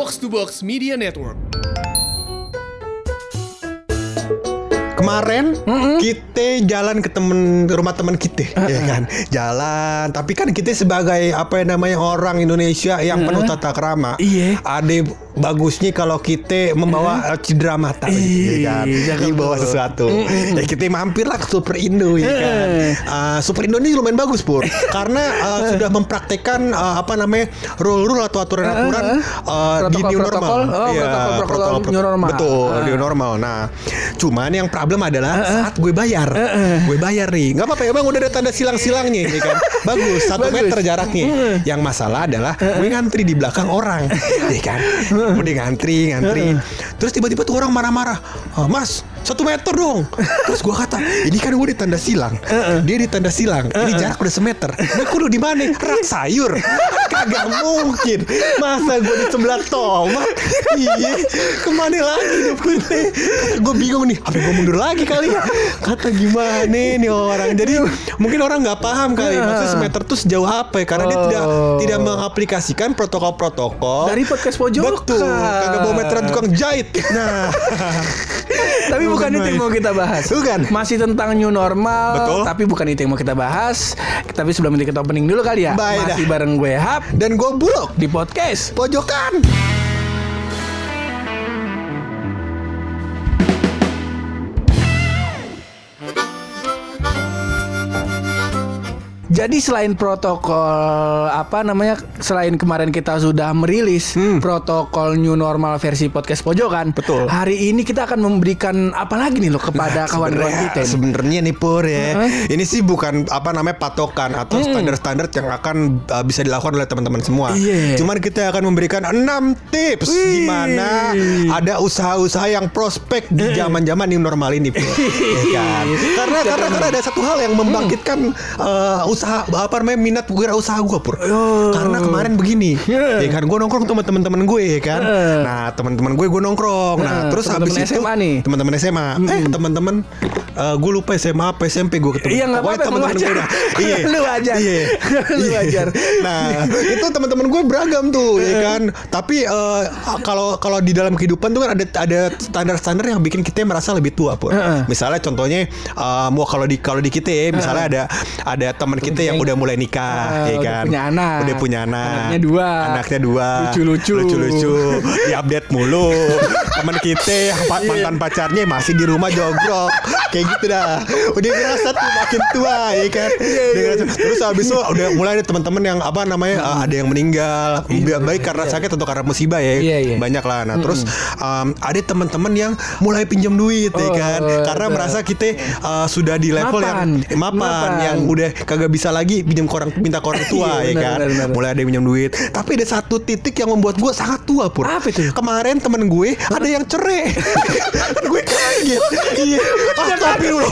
Box to Box Media Network. Kemarin kita jalan ke rumah teman kita, ya kan? Jalan, tapi kan kita sebagai orang Indonesia yang penuh tata krama. Iya. Ada bagusnya kalau kita membawa cindera mata, ya kan? Bawa sesuatu. Ya kita mampirlah ke Super Indo, ya kan? Super Indo ini lumayan bagus, Pur, karena sudah mempraktekkan rule-rule atau aturan-aturan di new normal. Protokol new normal. Betul, new normal. Nah, cuman yang problem adalah saat gue bayar. Gue bayar nih. Enggak apa-apa ya, Bang, udah ada tanda silang-silangnya, ya kan? Bagus, 1 meter jaraknya. Yang masalah adalah gue ngantri di belakang orang, ya kan? Udah ngantri. Terus tiba-tiba tuh orang marah-marah. Mas, 1 meter dong. Terus gue kata, ini kan gue di tanda silang. Dia di tanda silang. Ini jarak udah semeter. Gue kudu di mana? Rak sayur. Kagak mungkin. Masa gue di sebelah tomat? Iya. Kemana lagi hidup kita? Gue bingung nih. Apa gue mundur lagi kali? Kata gimana nih orang? Jadi mungkin orang nggak paham kali. Maksudnya semeter tuh sejauh apa ya? Karena dia tidak mengaplikasikan protokol-protokol dari podcast pojokan. Betul. Kagak bawa meteran tukang jahit. Nah. Tapi bukan itu yang mau kita bahas. Bukan. Masih tentang new normal. Betul. Tapi bukan itu yang mau kita bahas. Tapi sebelum itu kita opening dulu kali ya. Baik Masih dah. bareng gue Hap Dan gue Bulog di podcast Pojokan. Jadi selain protokol selain kemarin kita sudah merilis protokol new normal versi podcast pojokan. Betul. Hari ini kita akan memberikan apa lagi nih loh kepada kawan-kawan kita. Sebenarnya nih Pur ya. Ini sih bukan patokan atau standar-standar yang akan bisa dilakukan oleh teman-teman semua. Cuman kita akan memberikan 6 tips gimana ada usaha-usaha yang prospek di zaman-zaman new normal ini, Pur. Ya kan? Karena ada satu hal yang membangkitkan usaha minat usaha gue, Pur. Karena kemarin begini, ya kan, gue nongkrong sama teman-teman gue, ya kan. Nah, teman-teman gue nongkrong. Nah, terus habis itu SMA nih. Teman-teman SMA. Teman-teman gue lupa SMA apa SMP gue ketemu. Iya, nggak apa-apa, teman-teman gue dah. Iya. Lu wajar. Iya. Lu wajar. Nah, itu teman-teman gue beragam tuh, ya kan. Tapi kalau di dalam kehidupan tuh kan ada standar-standar yang bikin kita merasa lebih tua, Pur. Misalnya contohnya kalau di kita ya, misalnya ada teman kita yang udah mulai nikah, ya kan. Udah punya anak. Anaknya 2. Lucu-lucu. Di-update mulu. Teman kita mantan pacarnya masih di rumah jogrok. Kayak gitu dah. Udah ngerasa tuh makin tua, ya kan. Terus habis itu udah mulai ada teman-teman yang ada yang meninggal, baik karena sakit atau karena musibah ya. Banyak lah. Nah, terus ada teman-teman yang mulai pinjam duit, ya kan. Karena merasa kita sudah di level yang mapan, yang udah kagak bisa lagi minta ke orang tua, ya kan. Mulai ada yang pinjam duit. Tapi ada satu titik yang membuat gue sangat tua, Pur. Apa itu? Kemarin temen gue ada yang cerai. Gue kaget. Iya. Astagfirullah.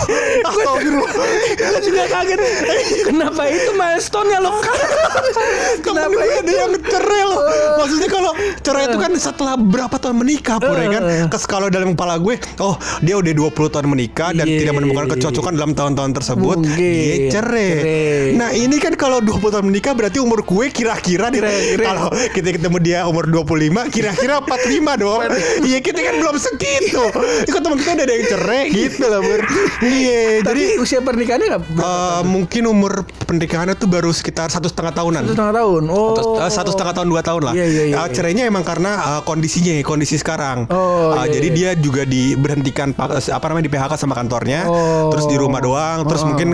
Gue juga kaget. Kenapa itu milestone-nya lo? Temen gue ada yang cerai loh. Maksudnya kalau cerai itu kan setelah berapa tahun menikah, Pur, ya kan. Kalau dalam kepala gue, dia udah 20 tahun menikah dan tidak menemukan kecocokan dalam tahun-tahun tersebut, dia cerai. Nah, ini kan kalau 20 tahun menikah berarti umur gue kira-kira kalau kita ketemu dia umur 25, kira-kira 45 dong. Iya, kita kan belum segitu. Itu teman kita udah ada yang cerai gitu lah, Bur. Iya, jadi usia pernikahannya nggak? Mungkin umur pernikahannya tuh baru sekitar 1,5 tahunan. 1,5 tahun. 1,5 tahun 2 tahun lah. Cerainya emang karena kondisi sekarang. Jadi dia juga diberhentikan di PHK sama kantornya. Terus di rumah doang. Terus mungkin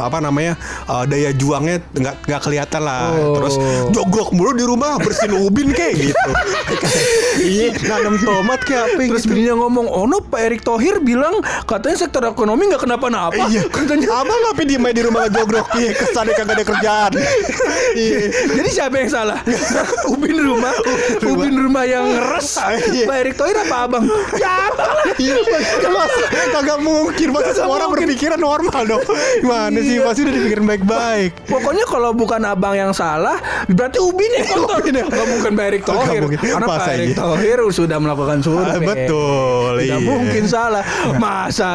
daya juangnya nggak kelihatan lah. Terus jogrok mulu di rumah, bersihin ubin kayak gitu. Iya, nanam tomat kayak apa. Terus bininya ngomong, Pak Erick Thohir bilang katanya sektor ekonomi nggak kenapa-napa. Iya, katanya abang ngapain di main di rumah jogrok? Iya, kesannya kagak ada kerjaan. Iya. Jadi siapa yang salah? Ubin rumah yang ngeres. Pak Erick Thohir apa abang? Ya abang lah. Iya, kagak mungkin. Masa semua orang berpikiran normal dong. Gimana sih? Pasti udah dipikirin baik-baik. Pokoknya kalau bukan abang yang salah, berarti Ubin yang kotor. Gak mungkin Pak Erick Thohir. Karena Pak Erick Thohir sudah melakukan survei. Betul. Tidak mungkin salah. Masa kita mau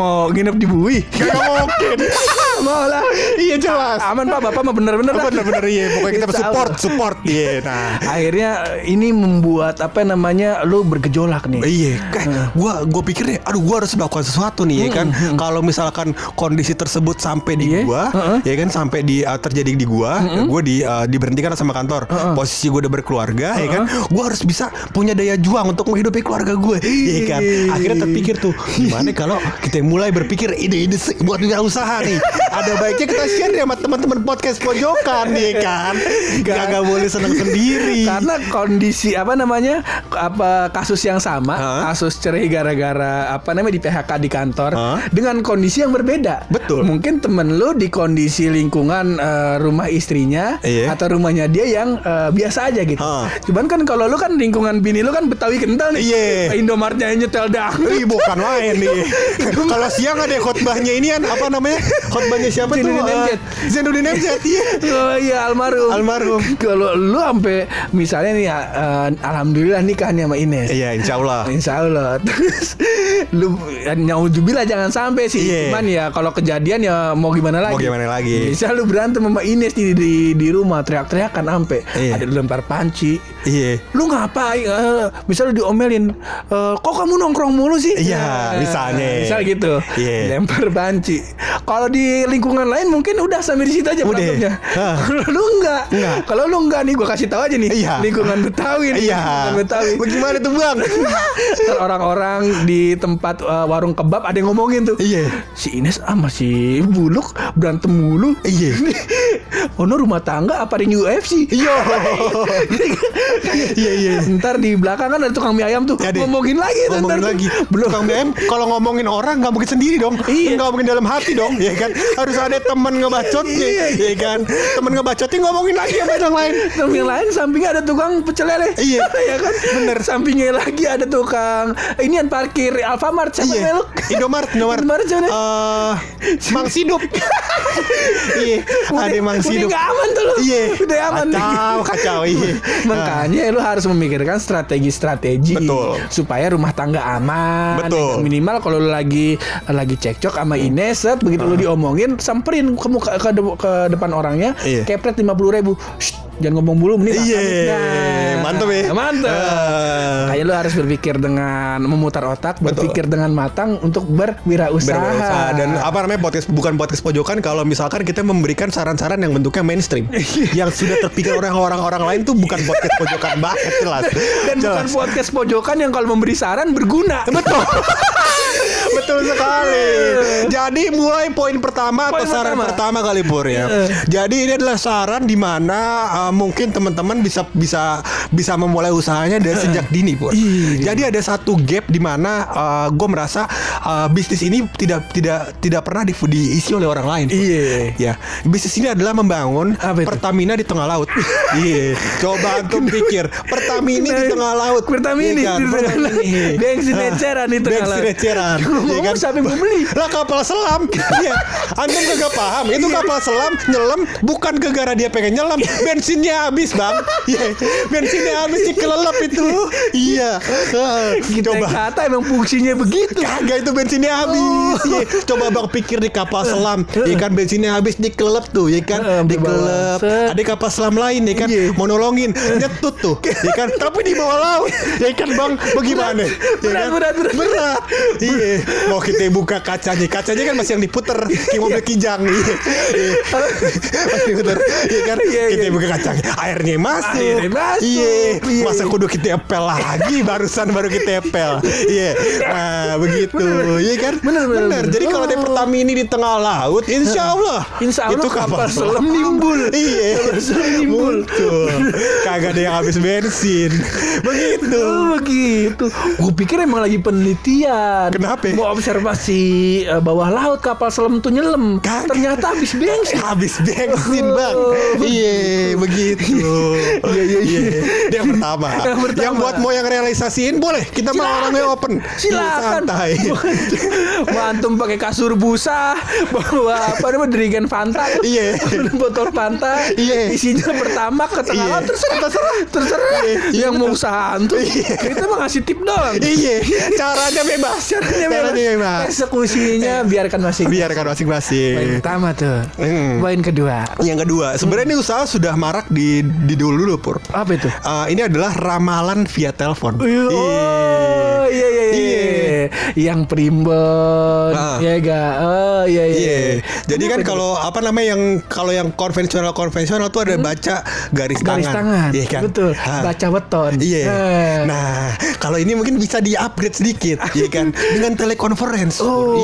mau nginep di Bui? Gak mungkin. Mau lah. Iya jelas. Aman Pak, Bapak mah bener-bener lah. Bener-bener iya. Pokoknya kita support iya. Nah, akhirnya ini membuat apa namanya lu bergejolak nih. Iya, kayak gua pikir nih, aduh gua harus melakukan sesuatu nih ya kan. Kalau misalkan kondisi tersebut sampai di gua, ya kan sampai di terjadi di gua diberhentikan sama kantor. Posisi gua udah berkeluarga, ya kan. Gua harus bisa punya daya juang untuk menghidupi keluarga gue, ya kan. Akhirnya terpikir tuh, gimana kalau kita mulai berpikir ide-ide buat usaha nih. Ada baiknya kita share ya sama teman-teman podcast pojokan, ya kan. Gak boleh senang sendiri. Karena kondisi kasus yang sama, kasus cerai gara-gara di PHK di kantor dengan kondisi yang berbeda. Betul. Mungkin temen lu di kondisi lingkungan rumah istrinya atau rumahnya dia yang biasa aja gitu. Cuman kan kalau lu kan lingkungan bini lu kan Betawi kental nih. Indomaretnya nyetel dangdut. Bukan main nih. Kalau siang ada khotbahnya ini kan khotbahnya siapa tuh? Zainuddin MZ. Oh iya, almarhum. Kalau lu sampai misalnya nih alhamdulillah nikahnya sama Ines. Iya, insyaallah. Terus lu nyaudzubillah jangan sampai sih. Cuman ya kalau kejadian ya mau gimana lagi. Misal lu berantem sama Ines di rumah teriak-teriakan sampai ada lempar panci. Lu ngapain? Misal lu diomelin, kok kamu nongkrong mulu sih? Iya, misal gitu. Lempar panci. Kalau di lingkungan lain mungkin udah sampai di situ aja berantemnya. Kalau lu enggak nih, gua kasih tahu aja nih. Lingkungan Betawi nih. Lingkungan Betawi. Bagaimana tuh Bang? Orang-orang di tempat warung kebab ada yang ngomongin tuh. Si Ines sama si Buluk berantem mulu. Ono rumah tangga apa ring UFC? Iya. Ntar di belakang kan ada tukang mie ayam tuh. Ngomongin lagi. Belum tukang mie ayam kalau ngomongin orang nggak mungkin sendiri dong. Nggak mungkin dalam hati dong, ya kan. Harus ada teman ngebacotnya, ya kan. Teman ngebacotnya ngomongin lagi sama yang lain. Temen yang lain sampingnya ada tukang pecel lele. Iya. Ya kan. Bener. Sampingnya lagi ada tukang ini yang parkir Alfamart sama Meluk. Indomaret Mang Sidup. Ada Mang Sidup. Udah gak aman tuh lu. Udah aman. Kacau. Makanya lu harus memikirkan strategi. Betul. Supaya rumah tangga aman. Betul. Minimal kalau lu lagi cekcok sama Ines, begitu lu diomongin, samperin ke depan orangnya, kepret 50.000. Jangan ngomong mulu, mending mantap ya. Kayak lu harus berpikir dengan memutar otak, berpikir dengan matang untuk berwirausaha. Dan bukan podcast pojokan kalau misalkan kita memberikan saran-saran yang bentuknya mainstream. Yang sudah terpikir orang-orang lain tuh bukan podcast pojokan banget jelas. Dan bukan podcast pojokan yang kalau memberi saran berguna. Betul sekali. Jadi mulai poin pertama atau saran pertama kali Pur ya. Jadi ini adalah saran di mana mungkin teman-teman bisa memulai usahanya dari sejak dini Pur. Jadi ada satu gap di mana gue merasa bisnis ini tidak pernah diisi oleh orang lain. Ya, bisnis ini adalah membangun Pertamina di tengah laut. Coba antum pikir, Pertamina di tengah laut. Pertamina bensin eceran di tengah laut. Kan siapa yang mau beli? Lah kapal selam. Antum kagak paham. Itu kapal selam nyelam bukan gara-gara dia pengen nyelam, bensinnya habis Bang. Bensinnya habis kelelep itu. Kita kata emang fungsinya begitu. Kagak, itu bensinnya habis. Coba Bang pikir di kapal selam, kan bensinnya habis dikelelep tuh, kan dikelelep. Ada kapal selam lain kan mau nolongin, nyetut tuh, kan tapi di bawah laut. Kan Bang, bagaimana? Berat. Mau kita buka kacanya kan masih yang diputer kayak mobil kijang. Masih diputer, kan? Kita buka kacanya, airnya masuk. Masa kudu kita epel lagi, baru kita epel. Nah begitu, kan? Bener. Jadi kalau ada Pertamina di tengah laut, insya Allah itu kapal selam nimbul. Kagak ada yang habis bensin. Begitu. Gue pikir emang lagi penelitian. Kenapa? Mau observasi bawah laut kapal selam tuh nyelam. Ternyata habis bensin Bang. Begitu. Yang pertama. Yang buat yang realisasiin boleh. Kita mau orangnya open. Silakan. Santai. Mau antum pakai kasur busa, bawa apa namanya dirigen Fanta. Iya. Botol Fanta. Iya. Isinya pertama ke tengah. Terserah. Yang mau usaha antum. Kita mah ngasih tip doang. Iya. Caranya bebas. Eksekusinya biarkan masing-masing. Poin pertama tuh. Poin kedua. Yang kedua, sebenarnya ini usaha sudah marak di dulu Pur. Apa itu? Ini adalah ramalan via telepon. Oh iya. Yang primbon. Ya enggak. Oh iya. Jadi kan kalau apa namanya yang konvensional tuh ada baca garis tangan. Iya kan? Betul. Baca weton. Iya. Nah, kalau ini mungkin bisa di-upgrade sedikit, ya kan? Dengan telekonferensi.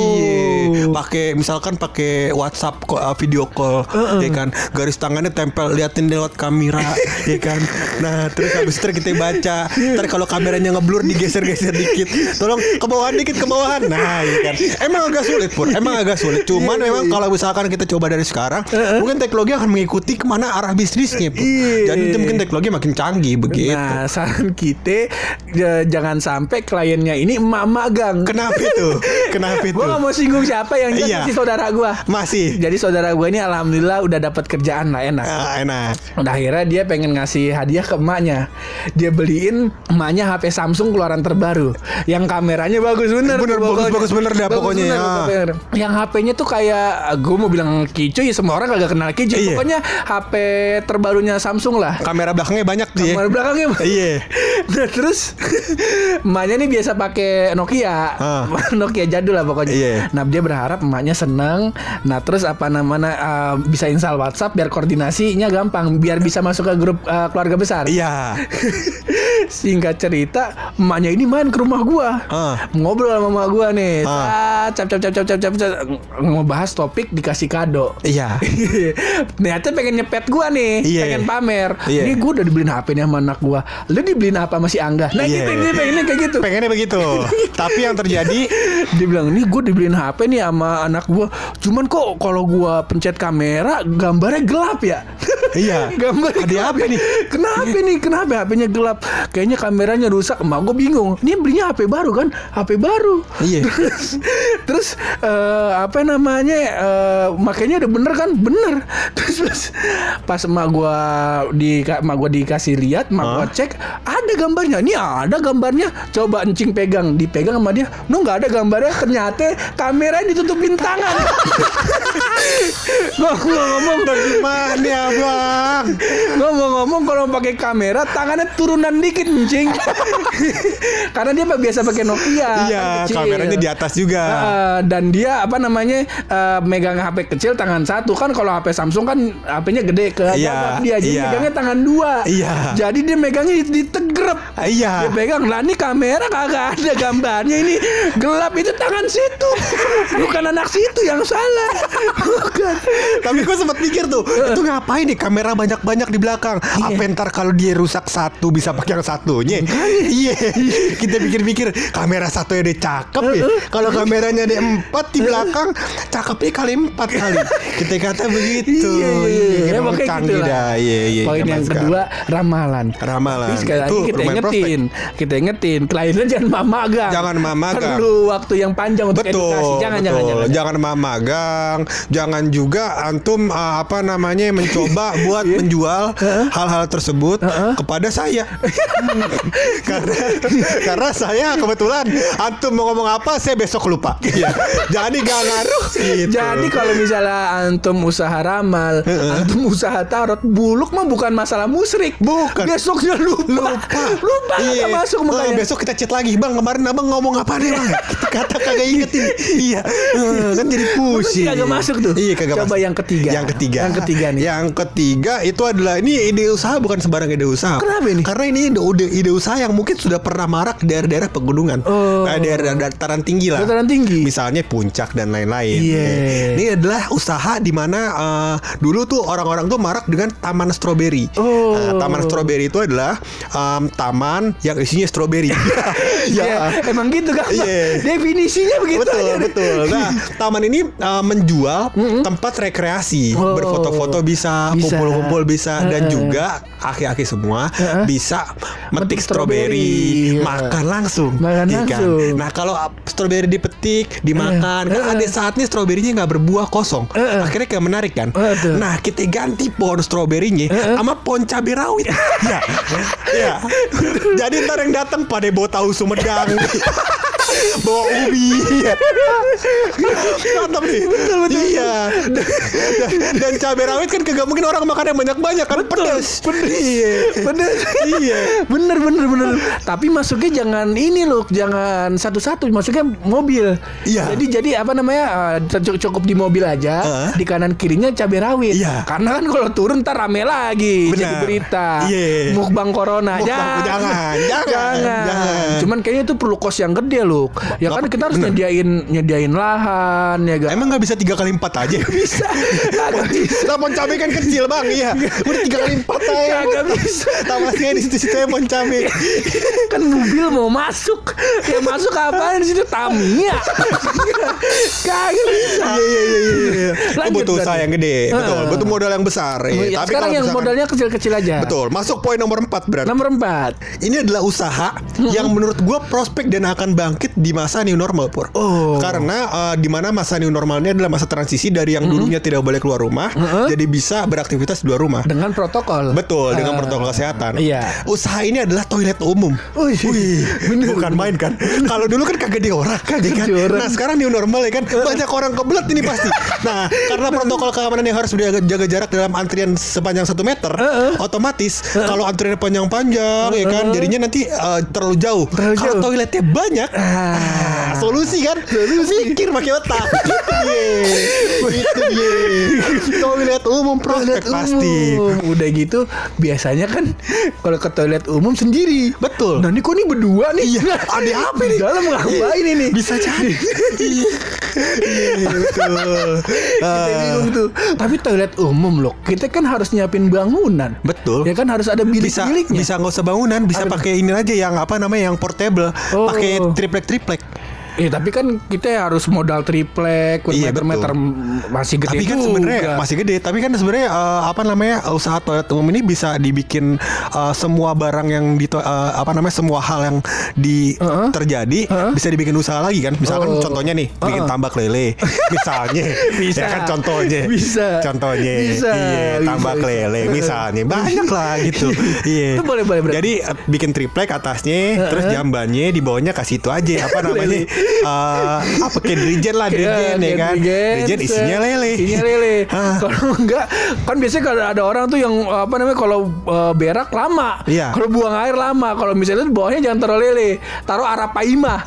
Iya. Misalkan pakai WhatsApp video call, ya kan? Garis tangannya tempel, liatin lewat kamera, ya kan? Nah, terus habis itu kita baca. Ntar kalau kameranya ngeblur digeser-geser dikit, tolong ke bawahan. Nah, ya kan? Emang agak sulit, Pur. Cuman memang kalau misalkan kita coba dari sekarang, mungkin teknologi akan mengikuti kemana arah bisnisnya, Pur. Jadi itu mungkin teknologi makin canggih begitu. Nah, saran kita jangan sampai kliennya ini emak-emak gang. Kenapa itu? Gue gak mau singgung siapa yang jelas si saudara gue. Masih. Jadi saudara gue ini alhamdulillah udah dapat kerjaan lah, enak. Udah akhirnya dia pengen ngasih hadiah ke emaknya. Dia beliin emaknya HP Samsung keluaran terbaru. Yang kameranya bagus bener. Bagus bener dah pokoknya. Yang HP-nya tuh kayak, gue mau bilang kicu ya, semua orang kagak kenal kicu. Pokoknya HP terbarunya Samsung lah. Kamera belakangnya banyak tuh ya. Kamera belakangnya. Iya. Nah, terus emaknya nih biasa pakai Nokia. Nokia jadul lah pokoknya. Iya. Nah, dia berharap emaknya seneng. Nah, terus bisa install WhatsApp biar koordinasinya gampang, biar bisa masuk ke grup keluarga besar. Iya. Singkat cerita, emaknya ini main ke rumah gua. Ngobrol sama emak gua nih. Cap ngebahas topik dikasih kado. Iya. Ternyata pengen nyepet gua nih, pengen pamer. Ini gua udah dibeliin HP nih sama anak gua. Lu dibeliin apa sama si Angga? Nah, gitu dia pengennya kayak gitu. Pengennya begitu. Tapi yang terjadi, dia bilang, "Nih gua dibeliin HP nih sama anak gua. Cuman kok kalau gua pencet kamera gambarnya gelap ya?" Iya. Gambar ada apa nih? Kenapa HP-nya gelap? Kayaknya kameranya rusak. Emak gue bingung. Ini belinya HP baru kan? HP baru. Iya. Terus makanya udah bener kan? Bener. Terus pas emak gue dikasih lihat, emak gue cek, ada gambarnya. Ini ada gambarnya. Coba encing pegang, dipegang sama dia. Nggak ada gambarnya. Ternyata kameranya ditutupin tangan. Gue ngomong gimana ya, Bang? Ngomong kalau pakai kamera tangannya turunan dikit encing. Karena dia biasa pakai Nokia. Iya, kameranya di atas juga. Dan dia megang HP kecil tangan satu kan. Kalau HP Samsung kan HP-nya gede ke dia. Jadi megangnya tangan dua. Iya. Jadi dia megangnya ditegrep. Iya. Dia pegang. Lah ini kamera kagak ada gambarnya, ini gelap, itu tangan situ. Bukan anak situ yang salah. Bukan. Tapi gue sempat mikir tuh, itu ngapain nih kamera banyak-banyak di belakang? Apa ntar kalau dia rusak satu bisa pakai yang satunya? Iya. Kita pikir-pikir kamera satu ya dia cakep ya. Kalau kameranya ada 4 di belakang, cakepnya kali 4 kali. Kita kata begitu. Iya. Emang canggih dah. Iya. Poin yang kedua, ramalan. Tapi sekali lagi kita ingetin, kliennya jangan mamagang. Perlu waktu yang panjang untuk edukasi. Jangan mamagang. Jangan juga antum mencoba buat menjual hal-hal tersebut kepada saya. Karena saya kebetulan antum mau ngomong apa saya besok lupa. Jadi gak ngaruh gitu. Jadi kalau misalnya antum usaha ramal, antum usaha tarot, buluk mah bukan masalah musyrik. Bukan. Besoknya lupa gak masuk makanya. Besok kita chat lagi, Bang, kemarin Abang ngomong apa nih, Bang? Kita kata kagak ingetin. Iya. Kan jadi pusing. Kagak masuk tuh. Iya, kagak masuk. Coba yang ketiga nih. Yang ketiga itu adalah, ini ide usaha bukan sembarang ide usaha. Kenapa ini? Karena ini ide usaha yang mungkin sudah pernah marak di daerah-daerah pegunungan. Daerah dataran tinggi lah. Misalnya puncak dan lain-lain. Ini adalah usaha di mana dulu tuh orang-orang tuh marak dengan taman stroberi. Taman stroberi itu adalah taman yang isinya stroberi. Emang gitu kan? Definisinya begitu. Betul. Nah, taman ini menjual tempat rekreasi, berfoto-foto bisa, kumpul-kumpul bisa, dan juga aki-aki semua bisa metik stroberi, makan langsung. Nah kalau stroberi dipetik, dimakan, kan ada saatnya stroberinya nggak berbuah kosong, akhirnya kayak menarik kan. Nah kita ganti pohon stroberinya sama pohon cabai rawit. Ya. Jadi ntar yang datang pada bawa tahu Sumedang. Bawa ubi. Mantap nih. Betul. Iya. Dan cabai rawit kan kagak mungkin orang makan yang banyak-banyak kan, pedas. Iya. Bener. Tapi masuknya jangan ini loh, jangan satu-satu, masuknya mobil. Iya. Jadi apa namanya, cukup di mobil aja, di kanan kirinya cabai rawit. Iya. Karena kan kalau turun ntar rame lagi. Bener. Jadi berita. Iya. Mukbang corona. Jangan. Cuman kayaknya itu perlu kos yang gede loh. Ya kan kita harus nyediain lahan ya kan. Emang nggak bisa 3x4 aja? Bisa. Pohon cabai kan kecil bang, iya. Udah 3x4 aja. Nggak bisa. Tamasnya di situ ya pohon cabai. Kan mobil mau masuk, yang masuk apaan di situ, Tamiya. Kagak bisa. Iya. Itu butuh usaha yang gede, betul. Butuh modal yang besar. Tapi sekarang yang modalnya kecil-kecil aja. Betul. Masuk poin nomor 4 berarti. Nomor 4. Ini adalah usaha yang menurut gue prospek dan akan bangkit di masa new normal, Pur. Karena di mana masa new normal ini adalah masa transisi dari yang dulunya tidak boleh keluar rumah, jadi bisa beraktivitas di luar rumah dengan protokol. Betul, dengan protokol kesehatan. Iya. Usaha ini adalah toilet umum. Bukan main kan? Kalau dulu kan kagak di orang kan? Nah sekarang new normal ya kan, banyak orang kebelet ini pasti. Nah karena protokol keamanan yang harus jaga jarak dalam antrian sepanjang 1 meter, otomatis kalau antrian panjang-panjang ya kan, jadinya nanti terlalu jauh. Kalau toiletnya banyak, solusi kan? Mikir pakai otak. Itu dia. Toilet umum prospek pasti. Udah gitu biasanya kan kalau ke toilet umum sendiri. Betul. Nah ini kok nih berdua nih? Iya. Ada apa nih? Dalam ngapain ini? Bisa jadi. Iya betul. Kita bingung tuh. Tapi toilet umum loh, kita kan harus nyiapin bangunan. Betul. Ya kan harus ada bilik-biliknya. Bisa nggak usah bangunan, bisa pakai ini aja yang apa namanya, yang portable. Pakai triplek. Tapi kan kita harus modal triplek, meter-meter masih gede. Tapi kan sebenarnya masih gede. Tapi kan sebenarnya apa namanya, usaha toilet umum ini bisa dibikin semua barang yang semua hal yang terjadi bisa dibikin usaha lagi kan. Misalkan contohnya nih, bikin tambak lele. Misalnya, bisa. Ya kan contohnya. Bisa. Contohnya. Iya, tambak lele misalnya. Banyak lah gitu. Iya. Itu boleh. Jadi bikin triplek atasnya, terus jambannya di bawahnya kasih itu aja apa namanya? Apa kayak dirijen ya kan, dirijen isinya lele. Kalau enggak kan biasanya kalau ada orang tuh yang apa namanya, kalau berak lama, kalau buang air lama, kalau misalnya bawahnya jangan taruh lele, taruh arapaima.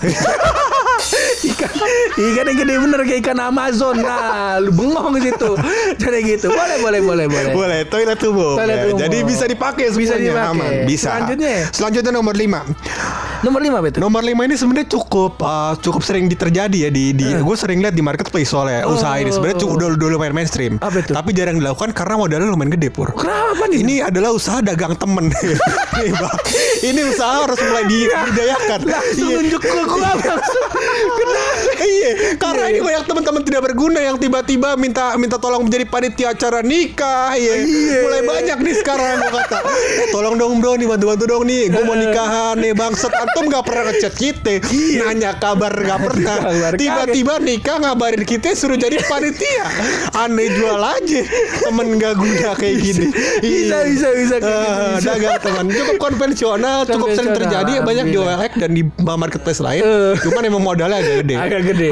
ikan yang gede bener kayak ikan Amazon. Nah lu bengong di situ. Jadi gitu. Boleh. Toilet umum. Jadi bisa dipakai semuanya, aman. Bisa. Selanjutnya nomor 5. Nomor 5 ini sebenarnya cukup sering terjadi ya di gue sering lihat di marketplace soalnya usaha ini sebenarnya udah lumayan mainstream. Tapi jarang dilakukan karena modalnya lumayan gede, Pur. Kenapa nih? Ini adalah usaha dagang temen. Ini usaha harus mulai dibudayakan. Langsung nunjuk ke gua langsung. Kenapa? Iya, karena ini banyak teman-teman tidak berguna yang tiba-tiba minta tolong menjadi panitia acara nikah. Mulai banyak nih sekarang gua kata. Tolong dong bro nih, bantu dong nih. Gue mau nikahan nih, bangsat. Antum gak pernah ngechat kita, nanya kabar gak pernah. Tiba-tiba nikah ngabarin kita suruh jadi panitia. Aneh jual aja. Temen gak guna kayak gini. Bisa. Dagang teman cukup konvensional, cukup sering terjadi, banyak di OLX dan di marketplace lain. Cuman emang modalnya agak gede.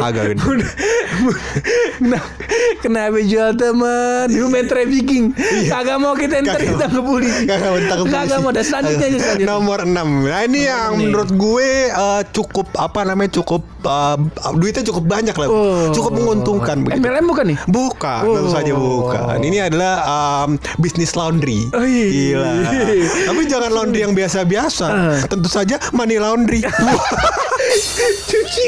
Kenapa jual teman? Human trafficking. Kagak mau kita ditangkap polisi. Kagak mau. Dan selanjutnya. Nomor 6. Nah ini yang menurut gue cukup duitnya cukup banyak lah. Cukup menguntungkan. MLM bukan nih? Bukan, tentu saja bukan. Ini adalah bisnis laundry. Gila. Tapi jangan laundry yang biasa-biasa. Tentu saja money laundry. Cuci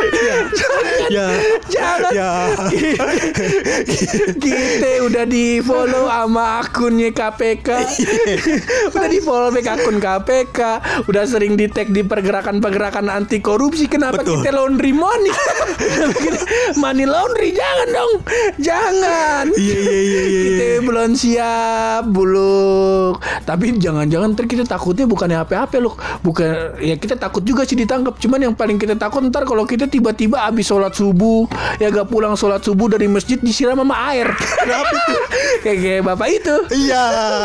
jangan. Kita udah di follow sama akunnya KPK. Udah di follow akun KPK. Udah sering di tag di pergerakan anti korupsi. Kenapa kita laundry money? Money laundry jangan dong. Jangan. Kita belum siap Buluk. Tapi jangan-jangan ntar kita takutnya bukannya apa-apa loh. Bukan ya, kita takut juga sih ditangkap. Cuman yang paling kita takut ntar kalau kita tiba-tiba habis sholat subuh ya gak pulang sholat subuh dari masjid disiram sama air. Kenapa itu? Kayak bapak itu. Iya.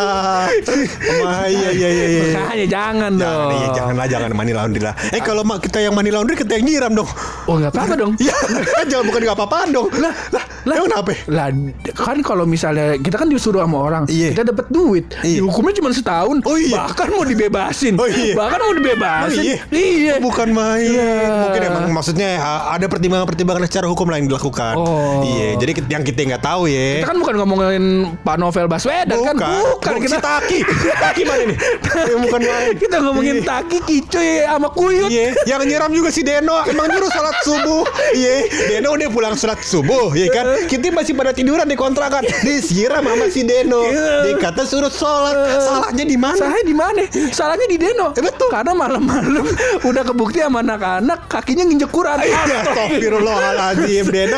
Makanya jangan dong. Iya, jangan money laundry lah. Kalau kita yang money laundry kita yang nyiram dong. Oh nggak apa-apa dong. Iya. Jangan, bukan nggak apa-apaan dong. Lah kenapa? Lah kan kalau misalnya kita kan disuruh sama orang, kita dapat duit, dihukumnya cuma setahun. Bahkan mau dibebasin. Bahkan mau dibebasin. Iya. Bukan main. Mungkin emang maksudnya ada pertimbangan secara hukum lain dilakukan. Iya. Jadi yang kita nggak tahu ya. Kita kan bukan ngomongin Pak Novel Baswedan kan? Bukan. Kita Taki mana nih? Bukan main. Kita ngomongin Taki, Kicoy sama Kuyut. Iya. Yang nyiram juga si Deno. Emang nyuruh sholat subuh. Iya. Deno udah pulang sholat subuh, ya kan? Kita masih pada tiduran di kontrakan. Disiram sama si Deno. Dikata suruh sholat. Salahnya di mana? Salahnya di Deno. Betul. Karena malam-malam udah kebukti sama anak-anak kakinya nginjek Quran. Astagfirullahaladzim. Deno.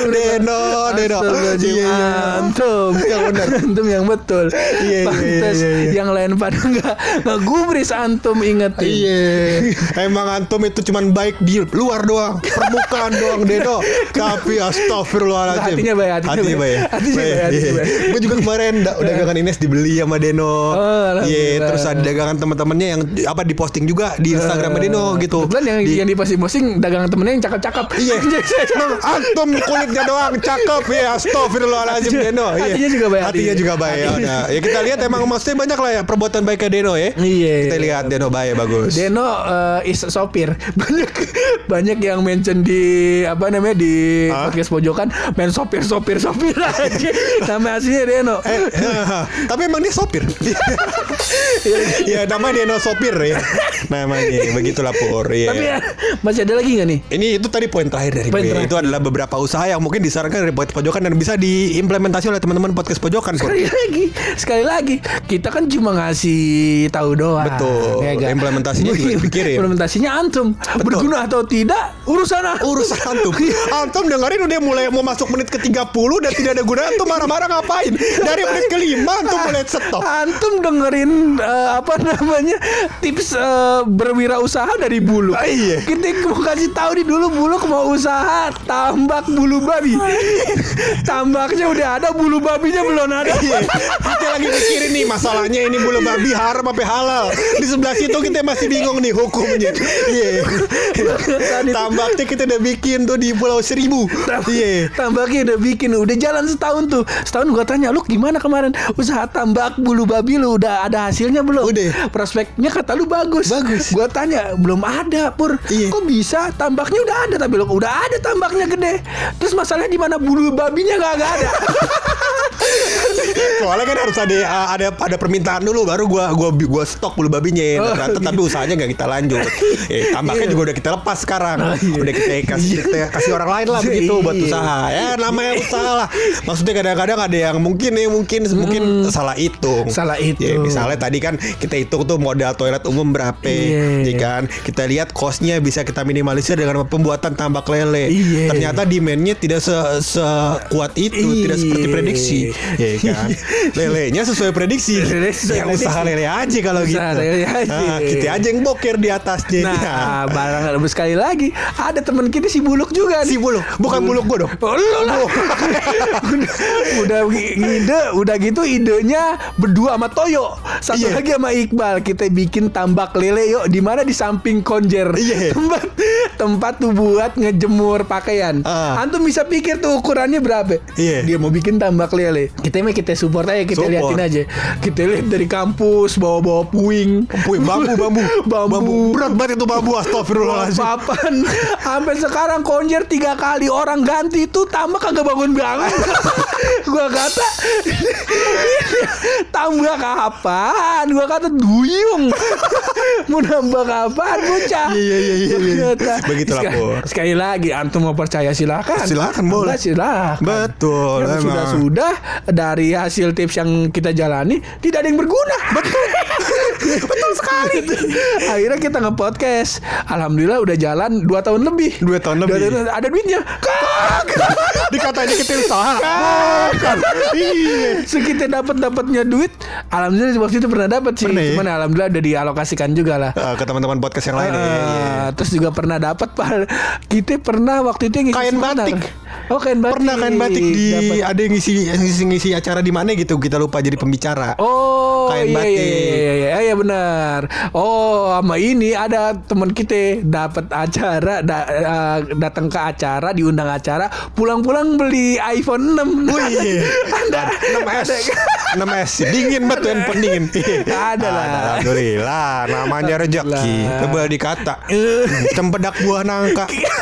Antum yang benar. Antum yang betul. Pantes yang lain pada nggak gubris antum ingetin. Iya. Emang antum itu cuman baik di luar doang, permukaan doang Deno. Tapi astagfirullahaladzim. Hatinya baik. Gue juga kemarin dagangan Ines dibeli sama Deno. Iya. Terus ada dagangan teman-temannya yang diposting juga di Instagram Deno gitu. Kebetulan yang diposting dagangan temennya yang cakep-cakep. Iya. Antum kulitnya doang cakep ya. Astagfirullahaladzim Deno. Hatinya juga baik. Ya kita lihat emang maksudnya banyak lah ya perbuatan baiknya Deno ya. Iya. Kita lihat Deno baik, bagus. Deno is sopir. Banyak yang mention di di podcast pojokan main sopir aja. Nama aslinya Deno. Tapi emang dia sopir. Ya namanya Deno sopir ya. Namanya begitulah Pur. Tapi masih ada lagi nggak nih? Ini itu tadi poin terakhir dari gue. Itu adalah beberapa usaha yang mungkin disarankan dari podcast pojokan dan bisa diimplementasi oleh teman-teman podcast pojokan. Sekali lagi kita kan cuma ngasih tahu doang. Betul. Ya, implementasinya juga dipikirin. Implementasinya antum. Berguna atau tidak urusan antum. Antum dengerin udah mulai mau masuk menit ke-30 dan tidak ada guna, antum marah-marah ngapain? Dari menit ke-5 antum mulai stop. Antum dengerin tips berwirausaha dari Buluk. Iya. Kita mau kasih tahu nih dulu Buluk mau usaha tambak bulu babi. Tambaknya udah ada, bulu babinya belum ada. Iya. Kita lagi mikirin nih masalahnya ini bulu babi haram apa halal. Di sebelah situ kita masih bingung nih hukumnya. Iya. Tambaknya kita udah bikin tuh di Pulau Seribu. Iya. Tambaknya udah bikin, udah jalan setahun tuh. Setahun gua tanya, "Lu gimana kemarin usaha tambak bulu babi lu udah ada hasilnya belum?" Udah. Prospeknya kata lu bagus. Gua tanya, "Belum ada, Pur." Iya. Kok bisa? Tambaknya udah ada tapi lu udah ada tambaknya gede. Terus masalahnya di mana bulu babinya enggak ada. Soalnya kan harus ada permintaan dulu baru gua stok bulu babinya. Tapi usahanya nggak kita lanjut. Tambaknya juga udah kita lepas sekarang. Udah kita kasih orang lain lah begitu buat usaha. Ya namanya usaha lah. Maksudnya kadang-kadang ada yang mungkin salah hitung. Ya, misalnya tadi kan kita hitung tuh modal toilet umum berapa. Ya kan kita lihat cost-nya bisa kita minimalisir dengan pembuatan tambak lele. Ternyata demand-nya tidak sekuat itu, tidak seperti prediksi. Ya kan. Lelenya sesuai prediksi. Ya usaha lele aja kalau gitu. Kita aja yang boker di atasnya. Nah, barang sekali lagi ada teman kita si Buluk juga nih. Si Buluk, bukan Buluk gua dong. Udah gitu idenya berdua sama Toyo. Satu lagi sama Iqbal. Kita bikin tambak lele yuk di mana di samping konjer. Tempat tuh buat ngejemur pakaian. Antum bisa pikir tuh ukurannya berapa? Dia mau bikin tambak lele. Kita kita support aja, kita liatin aja. Kita lihat dari kampus bawa puing bambu berat banget itu bambu, astagfirullahaladzim. Papan sampai sekarang konjer 3 kali orang ganti itu tambah kagak bangun. Gua kata tambah kapan? Gua kata duyung. Mau nambah kapan bocah? Iya. Begitulah Pur. Sekali lagi antum mau percaya silakan. Silakan boleh. Silakan. Betul. Sudah dari hasil tips yang kita jalani tidak ada yang berguna. Betul sekali. Akhirnya kita nge-podcast. Alhamdulillah udah jalan 2 tahun lebih. 2 tahun lebih. Ada duitnya. Kagak. Dikatain kita usaha. Kan. Iya. Sekitar dapatnya duit. Alhamdulillah waktu itu pernah dapat sih. Cuman alhamdulillah udah dialokasikan juga lah. Ke teman-teman podcast yang lain. Terus juga pernah dapat kita pernah waktu itu ngisi kain batik. Kain batik. Pernah kain batik di ada yang ngisi acara di mana gitu, kita lupa jadi pembicara. Kain batik. Iya benar. Sama ini ada teman kita dapat acara datang ke acara, diundang acara, pulang-pulang beli iPhone 6. Oh iya. Ada 6S. Dingin banget handphone dingin. Ada lah. Alhamdulillah, namanya rezeki. Coba dikata. Cempedak buah nangka.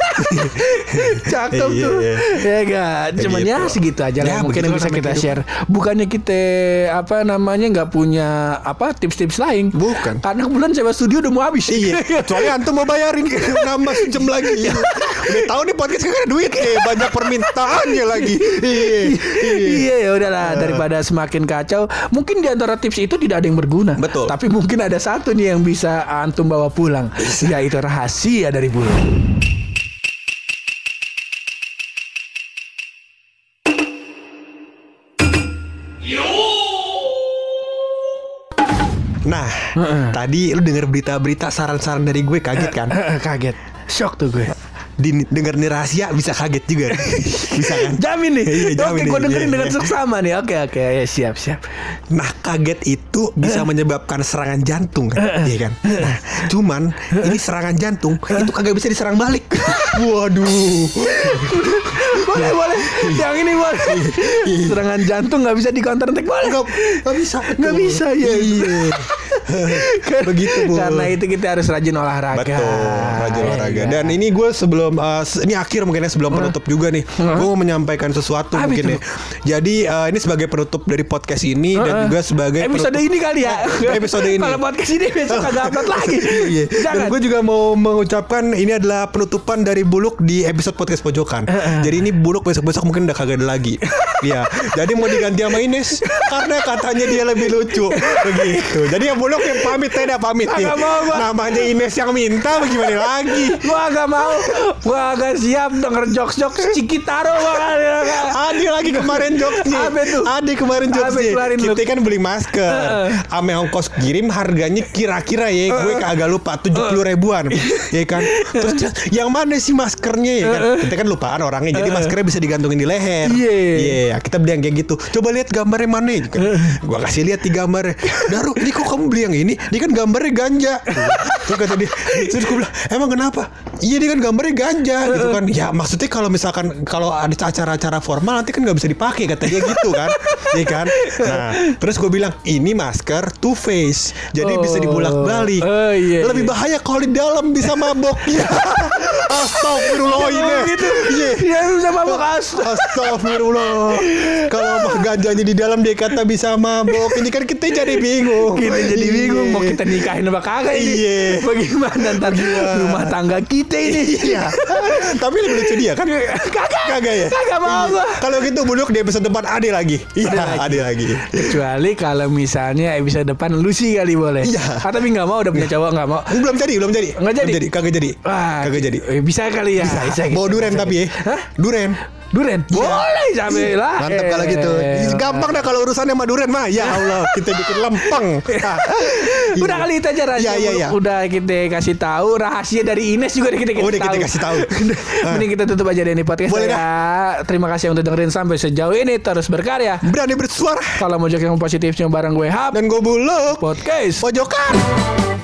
Cakep tuh. Ya enggak, cuman ya segitu aja lah mungkin yang bisa kita share. Bukannya kita enggak punya tips-tips lain. Bukan. Karena kebetulan sewa studio udah mau habis. Iya. Kecuali antum mau bayarin nambah sejam lagi. Udah tahu nih podcast kan ada duit banyak permintaannya lagi. Iya ya udahlah, daripada semakin kacau. Mungkin di antara tips itu tidak ada yang berguna. Betul. Tapi mungkin ada satu nih yang bisa antum bawa pulang. Yaitu rahasia dari bulu. Nah, tadi lu denger berita-berita saran-saran dari gue, kaget kan? Kaget, shock tuh gue. Denger nih rahasia bisa kaget juga. Bisa kan? Jamin nih. Iya, jamin. Oke, gue dengerin dengan seksama nih. Oke, ya, siap. Nah, kaget itu bisa menyebabkan serangan jantung kan? Iya kan? Nah, cuman ini serangan jantung itu kagak bisa diserang balik. Waduh. Boleh. Yang ini boleh. Serangan jantung nggak bisa di counter attack boleh. Nggak bisa ya. Iya. Begitu Bu. Karena itu kita harus rajin olahraga. Betul, rajin olahraga. Dan ini gue sebelum ini akhir mungkin ya, sebelum penutup juga nih, gue mau menyampaikan sesuatu mungkin ya. Jadi ini sebagai penutup dari podcast ini dan juga sebagai episode ini kali ya. Episode ini. Kalau podcast ini besok kagak upload lagi. Iya. Dan gue juga mau mengucapkan ini adalah penutupan dari Buluk di episode podcast Pojokan. Jadi ini Buluk besok-besok mungkin udah kagak ada lagi. Iya. Jadi mau diganti sama Ines karena katanya dia lebih lucu. Begitu. Jadi ya Buluk yang pamit nih. Namanya Ines yang minta bagaimana lagi? Gua agak mau. Gua agak siap denger jokes Cikitaro. Adi lagi kemarin jokesnya. Adi kemarin jokesnya. Kita kan beli masker. Ame ongkos kirim harganya kira-kira ya, gue kagak lupa 70 ribuan. Ya kan. Terus yang mana sih maskernya ya kan? Kita kan lupaan orangnya. Jadi maskernya bisa digantungin di leher. Iya. Kita beli yang kayak gitu. Coba lihat gambarnya mana kan. Gua kasih lihat di gambarnya. Daru, ini kok kamu beli yang ini? Dia kan gambarnya ganja. Terus kata dia, terus gue bilang, emang kenapa? Iya, dia kan gambarnya ganja gitu kan. Ya maksudnya kalau misalkan kalau ada acara-acara formal nanti kan nggak bisa dipakai, kata dia gitu kan. Iya kan. Nah terus gue bilang ini masker two face, jadi bisa dibulak-balik. Lebih bahaya kalau di dalam bisa mabok. Ya. Astagfirullah ini. Iya. Dia bisa mabok. Astagfirullah. Kalau mah ganjanya di dalam dia kata bisa mabok. Ini kan kita jadi bingung. Mau kita nikahin apa kagak ini? Iya. Bagaimana ntar rumah tangga kita ini? Iya. Tapi lebih lucu dia kan? Kagak ya? Kagak mau gua. Kalau gitu Buluk di episode depan Ade lagi. Iya, Ade lagi. Kecuali kalau misalnya episode depan Lucy kali boleh. Iya. Tapi nggak mau, udah punya cowok nggak mau. Belum jadi. Nggak jadi. Kagak jadi. Kagak jadi. Bisa kali ya. Bisa. Bawa duren tapi ya. Hah? Duren. Boleh sampai lah. Mantap kalau gitu. Gampang dah kalau urusannya sama duren mah. Ya Allah, kita bikin lempeng. Udah kali itu aja rahasia. Iya. Udah kita kasih tahu rahasia dari Ines juga kita kasih tahu. Mending kita tutup aja deh nih podcast. Boleh ya. Terima kasih yang udah dengerin sampai sejauh ini. Terus berkarya, berani bersuara. Kalau mau jok yang positifnya bareng gue Hap dan gue Buluk. Podcast Pojokan.